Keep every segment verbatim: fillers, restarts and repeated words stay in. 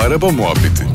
Araba Muhabbeti.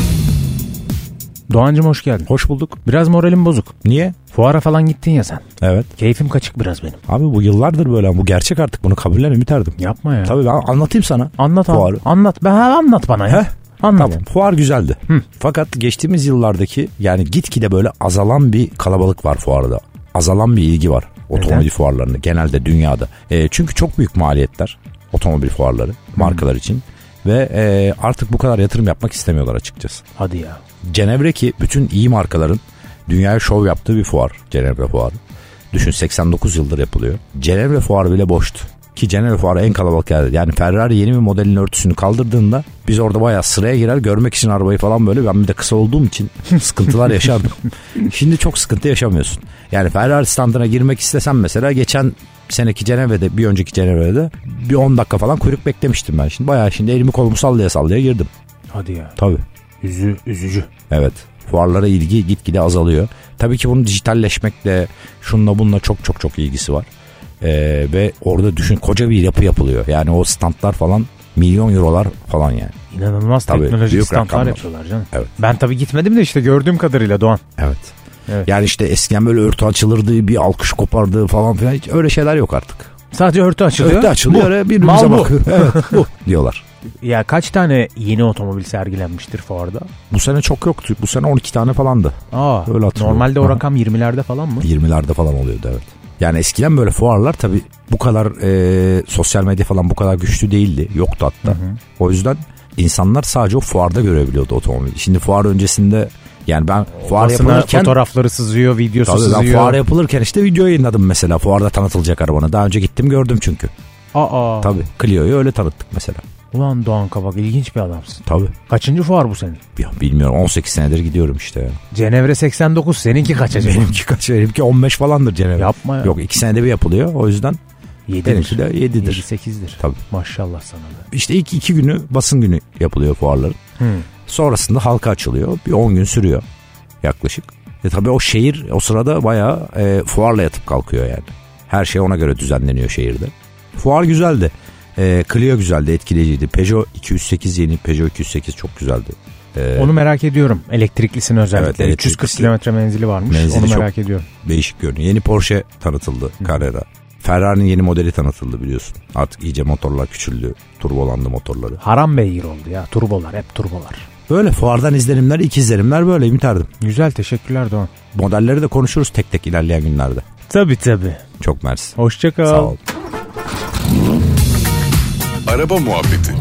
Doğancığım hoş geldin. Hoş bulduk. Biraz moralim bozuk. Niye? Fuara falan gittin ya sen. Evet. Keyfim kaçık biraz benim. Abi bu yıllardır böyle. Bu gerçek artık. Bunu kabullen Ümit Erdem. Yapma ya. Tabii ben anlatayım sana. Anlat Fuarı. abi. Anlat. Ben anlat bana ya. Heh. Anlat. Tamam. Fuar güzeldi. Hı. Fakat geçtiğimiz yıllardaki yani gitgide böyle azalan bir kalabalık var fuarda. Azalan bir ilgi var otomobil Neden? fuarlarında genelde dünyada. E, çünkü çok büyük maliyetler otomobil fuarları markalar hmm. için. Ve e, artık bu kadar yatırım yapmak istemiyorlar açıkçası. Hadi ya. Cenevre ki bütün iyi markaların dünyaya şov yaptığı bir fuar. Cenevre fuarı. Düşün seksen dokuz yıldır yapılıyor. Cenevre fuarı bile boştu. Ki Cenevre fuarı en kalabalık yerdi. Yani Ferrari yeni bir modelin örtüsünü kaldırdığında biz orada bayağı sıraya girer görmek için arabayı falan böyle. Ben bir de kısa olduğum için sıkıntılar yaşardım. Şimdi çok sıkıntı yaşamıyorsun. Yani Ferrari standına girmek istesem mesela geçen seneki Cenevre'de bir önceki Cenevre'de bir on dakika falan kuyruk beklemiştim ben. Şimdi bayağı şimdi elimi kolumu sallaya sallaya girdim. Hadi ya. Tabii. Üzü, üzücü. Evet. Fuarlara ilgi gitgide azalıyor. Tabii ki bunun dijitalleşmekle şununla bununla çok çok çok ilgisi var. Ee, ve orada düşün koca bir yapı yapılıyor. Yani o standlar falan milyon eurolar falan yani. İnanılmaz tabii, teknolojik standlar yapıyorlar canım. Evet. Ben tabii gitmedim de işte gördüğüm kadarıyla Doğan. Evet. Evet. Yani işte eskiden böyle örtü açılırdı, bir alkış kopardı falan filan. Hiç öyle şeyler yok artık. Sadece örtü açılıyor. Örtü açılıyor. Bu. Birbirimize bakıyor. Evet bu diyorlar. Ya kaç tane yeni otomobil sergilenmiştir fuarda? Bu sene çok yoktu. Bu sene on iki tane falandı. Aa, öyle hatırlıyorum. normalde o rakam yirmilerde falan mı? yirmilerde falan oluyordu evet. Yani eskiden böyle fuarlar tabii bu kadar e, sosyal medya falan bu kadar güçlü değildi. Yoktu hatta. Hı hı. O yüzden insanlar sadece o fuarda görebiliyordu otomobili. Şimdi fuar öncesinde yani ben o fuar yapılırken fotoğrafları sızıyor, videosu tabii sızıyor. Ben fuar yapılırken işte video yayınladım mesela. Fuarda tanıtılacak arabanı. Daha önce gittim gördüm çünkü. Aa. Tabii Clio'yu öyle tanıttık mesela. Ulan Doğan Kabak ilginç bir adamsın. Tabii. Kaçıncı fuar bu senin? Ya bilmiyorum on sekiz senedir gidiyorum işte ya. Cenevre seksen dokuz seninki kaç acaba? Benimki kaç? Benimki on beş falandır Cenevre. Yapma ya. Yok iki senede bir yapılıyor o yüzden. yedidir. Benimki de yedidir. yedi sekizdir. Tabii. Maşallah sana da. İşte ilk iki günü basın günü yapılıyor fuarların. Hmm. Sonrasında halka açılıyor. Bir on gün sürüyor yaklaşık. E tabii o şehir o sırada bayağı e, fuarla yatıp kalkıyor yani. Her şey ona göre düzenleniyor şehirde. Fuar güzeldi. E, Clio güzeldi, etkileyiciydi. Peugeot iki yüz sekiz yeni Peugeot iki yüz sekiz çok güzeldi. E, Onu merak ediyorum. Elektriklisini özellikle. Evet, üç yüz kırk kilometre menzili varmış. Menzili Onu merak ediyorum. Değişik görünüyor. Yeni Porsche tanıtıldı. Hı. Carrera. Ferrari'nin yeni modeli tanıtıldı biliyorsun. Artık iyice motorlar küçüldü. Turbolandı motorları. Haram beygir oldu ya. Turbolar hep turbolar. Böyle fuardan izlenimler, ilk izlenimler böyle Ümit Erdem. Güzel teşekkürler Doğan. Modelleri de konuşuruz tek tek ilerleyen günlerde. Tabii tabii. Çok mersi. Hoşça kal. Sağ ol. Araba Muhabbeti.